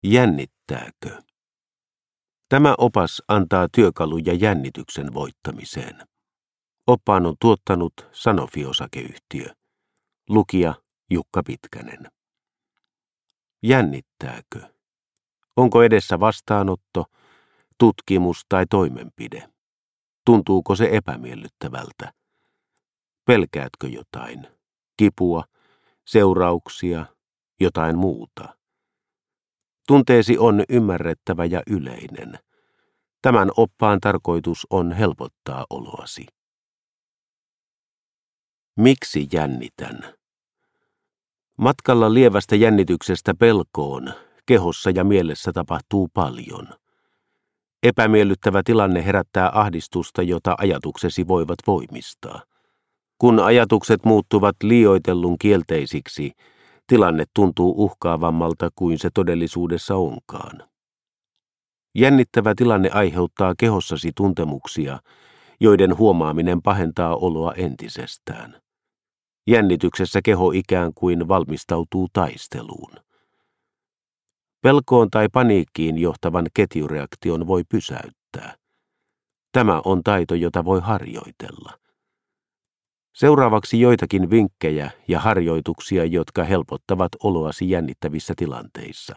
Jännittääkö? Tämä opas antaa työkaluja jännityksen voittamiseen. Oppaan on tuottanut Sanofi-osakeyhtiö. Lukija Jukka Pitkänen. Jännittääkö? Onko edessä vastaanotto, tutkimus tai toimenpide? Tuntuuko se epämiellyttävältä? Pelkäätkö jotain? Kipua, seurauksia, jotain muuta? Tunteesi on ymmärrettävä ja yleinen. Tämän oppaan tarkoitus on helpottaa oloasi. Miksi jännitän? Matkalla lievästä jännityksestä pelkoon kehossa ja mielessä tapahtuu paljon. Epämiellyttävä tilanne herättää ahdistusta, jota ajatuksesi voivat voimistaa. Kun ajatukset muuttuvat liioitellun kielteisiksi, tilanne tuntuu uhkaavammalta kuin se todellisuudessa onkaan. Jännittävä tilanne aiheuttaa kehossasi tuntemuksia, joiden huomaaminen pahentaa oloa entisestään. Jännityksessä keho ikään kuin valmistautuu taisteluun. Pelkoon tai paniikkiin johtavan ketjureaktion voi pysäyttää. Tämä on taito, jota voi harjoitella. Seuraavaksi joitakin vinkkejä ja harjoituksia, jotka helpottavat oloasi jännittävissä tilanteissa.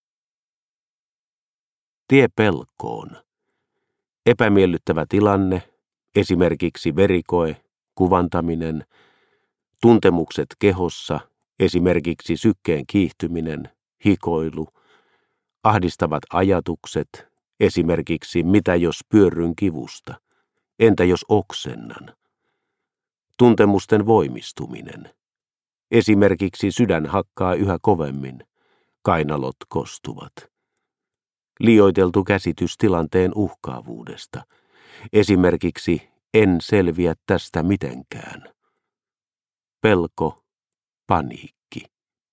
Tie pelkoon. Epämiellyttävä tilanne, esimerkiksi verikoe, kuvantaminen, tuntemukset kehossa, esimerkiksi sykkeen kiihtyminen, hikoilu, ahdistavat ajatukset, esimerkiksi mitä jos pyörryn kivusta, entä jos oksennan. Tuntemusten voimistuminen, esimerkiksi sydän hakkaa yhä kovemmin, kainalot kostuvat. Liioiteltu käsitys tilanteen uhkaavuudesta, esimerkiksi en selviä tästä mitenkään. Pelko, paniikki.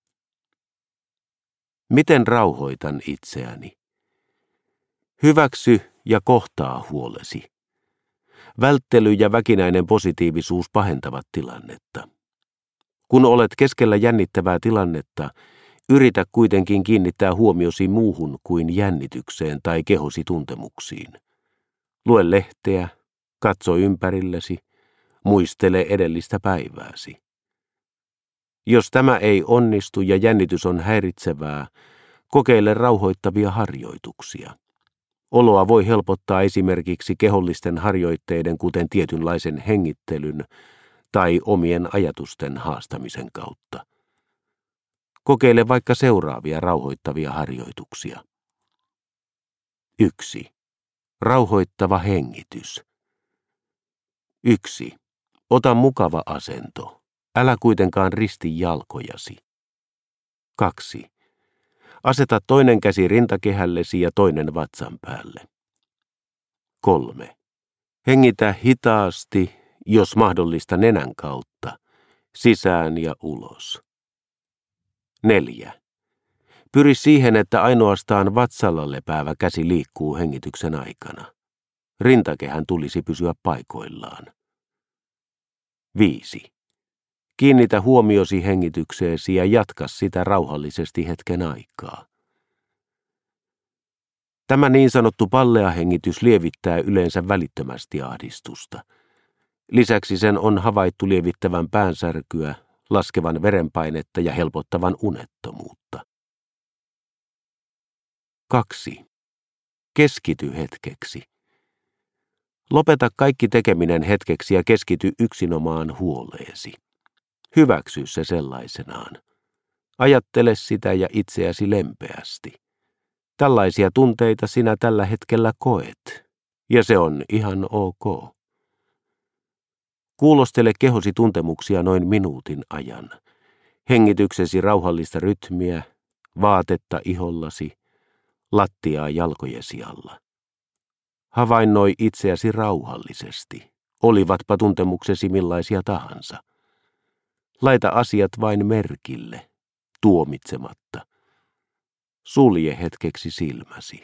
Miten rauhoitan itseäni? Hyväksy ja kohtaa huolesi. Välttely ja väkinäinen positiivisuus pahentavat tilannetta. Kun olet keskellä jännittävää tilannetta, yritä kuitenkin kiinnittää huomiosi muuhun kuin jännitykseen tai kehosi tuntemuksiin. Lue lehteä, katso ympärillesi, muistele edellistä päivääsi. Jos tämä ei onnistu ja jännitys on häiritsevää, kokeile rauhoittavia harjoituksia. Oloa voi helpottaa esimerkiksi kehollisten harjoitteiden, kuten tietynlaisen hengittelyn tai omien ajatusten haastamisen kautta. Kokeile vaikka seuraavia rauhoittavia harjoituksia. 1. Rauhoittava hengitys. 1. Ota mukava asento. Älä kuitenkaan risti jalkojasi. 2. Aseta toinen käsi rintakehällesi ja toinen vatsan päälle. 3. Hengitä hitaasti, jos mahdollista nenän kautta, sisään ja ulos. 4. Pyri siihen, että ainoastaan vatsalla lepäävä käsi liikkuu hengityksen aikana. Rintakehän tulisi pysyä paikoillaan. 5. Kiinnitä huomiosi hengitykseesi ja jatka sitä rauhallisesti hetken aikaa. Tämä niin sanottu palleahengitys lievittää yleensä välittömästi ahdistusta. Lisäksi sen on havaittu lievittävän päänsärkyä, laskevan verenpainetta ja helpottavan unettomuutta. 2. Keskity hetkeksi. Lopeta kaikki tekeminen hetkeksi ja keskity yksinomaan huoleesi. Hyväksy se sellaisenaan. Ajattele sitä ja itseäsi lempeästi. Tällaisia tunteita sinä tällä hetkellä koet, ja se on ihan ok. Kuulostele kehosi tuntemuksia noin minuutin ajan. Hengityksesi rauhallista rytmiä, vaatetta ihollasi, lattiaa jalkojesi alla. Havainnoi itseäsi rauhallisesti, olivatpa tuntemuksesi millaisia tahansa. Laita asiat vain merkille, tuomitsematta. Sulje hetkeksi silmäsi.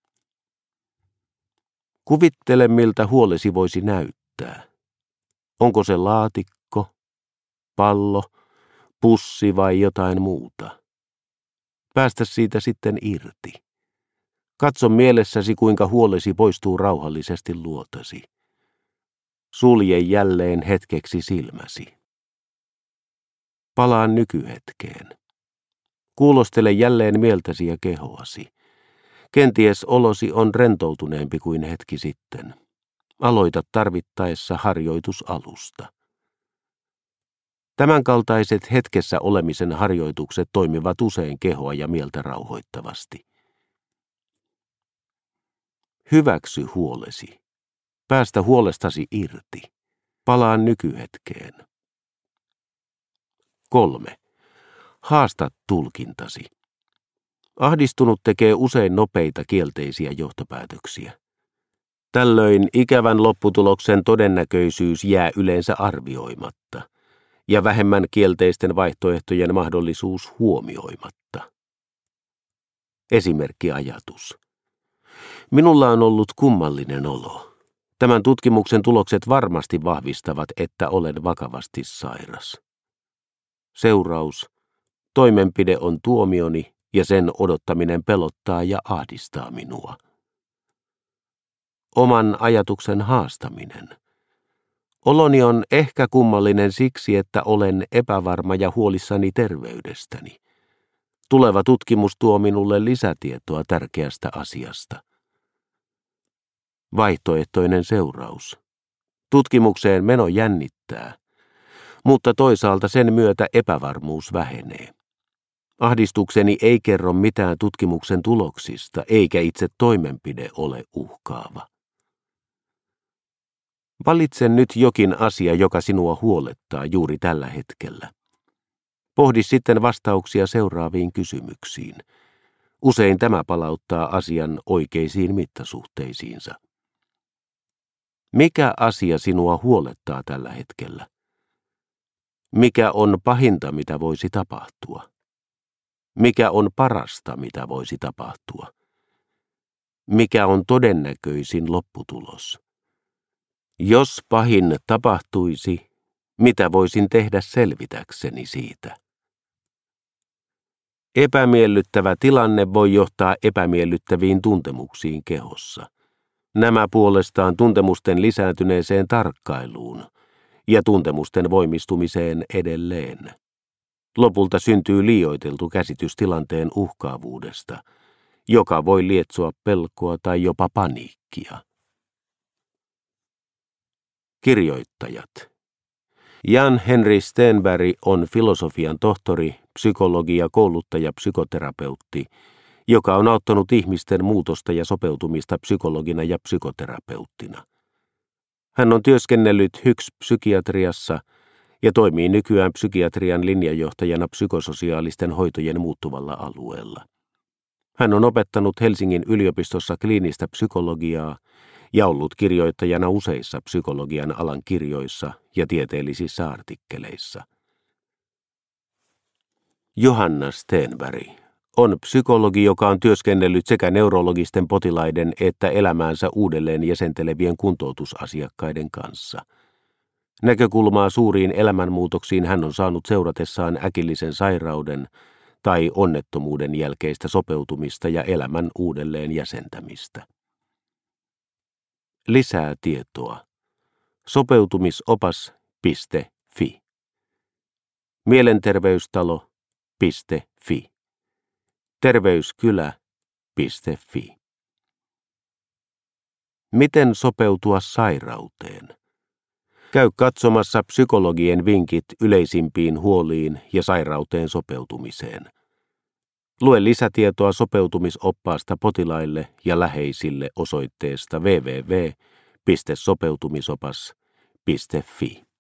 Kuvittele, miltä huolesi voisi näyttää. Onko se laatikko, pallo, pussi vai jotain muuta? Päästä siitä sitten irti. Katso mielessäsi, kuinka huolesi poistuu rauhallisesti luotasi. Sulje jälleen hetkeksi silmäsi. Palaa nykyhetkeen. Kuulostele jälleen mieltäsi ja kehoasi. Kenties olosi on rentoutuneempi kuin hetki sitten. Aloita tarvittaessa harjoitus alusta. Tämänkaltaiset hetkessä olemisen harjoitukset toimivat usein kehoa ja mieltä rauhoittavasti. Hyväksy huolesi. Päästä huolestasi irti. Palaa nykyhetkeen. 3. Haasta tulkintasi. Ahdistunut tekee usein nopeita kielteisiä johtopäätöksiä. Tällöin ikävän lopputuloksen todennäköisyys jää yleensä arvioimatta ja vähemmän kielteisten vaihtoehtojen mahdollisuus huomioimatta. Esimerkkiajatus. Minulla on ollut kummallinen olo. Tämän tutkimuksen tulokset varmasti vahvistavat, että olen vakavasti sairas. Seuraus. Toimenpide on tuomioni ja sen odottaminen pelottaa ja ahdistaa minua. Oman ajatuksen haastaminen. Oloni on ehkä kummallinen siksi, että olen epävarma ja huolissani terveydestäni. Tuleva tutkimus tuo minulle lisätietoa tärkeästä asiasta. Vaihtoehtoinen seuraus. Tutkimukseen meno jännittää, mutta toisaalta sen myötä epävarmuus vähenee. Ahdistukseni ei kerro mitään tutkimuksen tuloksista, eikä itse toimenpide ole uhkaava. Valitse nyt jokin asia, joka sinua huolettaa juuri tällä hetkellä. Pohdi sitten vastauksia seuraaviin kysymyksiin. Usein tämä palauttaa asian oikeisiin mittasuhteisiinsa. Mikä asia sinua huolettaa tällä hetkellä? Mikä on pahinta, mitä voisi tapahtua? Mikä on parasta, mitä voisi tapahtua? Mikä on todennäköisin lopputulos? Jos pahin tapahtuisi, mitä voisin tehdä selvitäkseni siitä? Epämiellyttävä tilanne voi johtaa epämiellyttäviin tuntemuksiin kehossa. Nämä puolestaan tuntemusten lisääntyneeseen tarkkailuun ja tuntemusten voimistumiseen edelleen. Lopulta syntyy liioiteltu käsitys tilanteen uhkaavuudesta, joka voi lietsoa pelkoa tai jopa paniikkia. Kirjoittajat. Jan Henry Stenberg on filosofian tohtori, psykologi ja kouluttaja-psykoterapeutti, joka on auttanut ihmisten muutosta ja sopeutumista psykologina ja psykoterapeuttina. Hän on työskennellyt HYKS-psykiatriassa ja toimii nykyään psykiatrian linjajohtajana psykososiaalisten hoitojen muuttuvalla alueella. Hän on opettanut Helsingin yliopistossa kliinistä psykologiaa ja ollut kirjoittajana useissa psykologian alan kirjoissa ja tieteellisissä artikkeleissa. Johanna Stenberg on psykologi, joka on työskennellyt sekä neurologisten potilaiden että elämäänsä uudelleen jäsentelevien kuntoutusasiakkaiden kanssa. Näkökulmaa suuriin elämänmuutoksiin hän on saanut seuratessaan äkillisen sairauden tai onnettomuuden jälkeistä sopeutumista ja elämän uudelleen jäsentämistä. Lisää tietoa. Sopeutumisopas.fi. Mielenterveystalo.fi. Terveyskylä.fi. Miten sopeutua sairauteen? Käy katsomassa psykologien vinkit yleisimpiin huoliin ja sairauteen sopeutumiseen. Lue lisätietoa sopeutumisoppaasta potilaille ja läheisille osoitteesta www.sopeutumisopas.fi.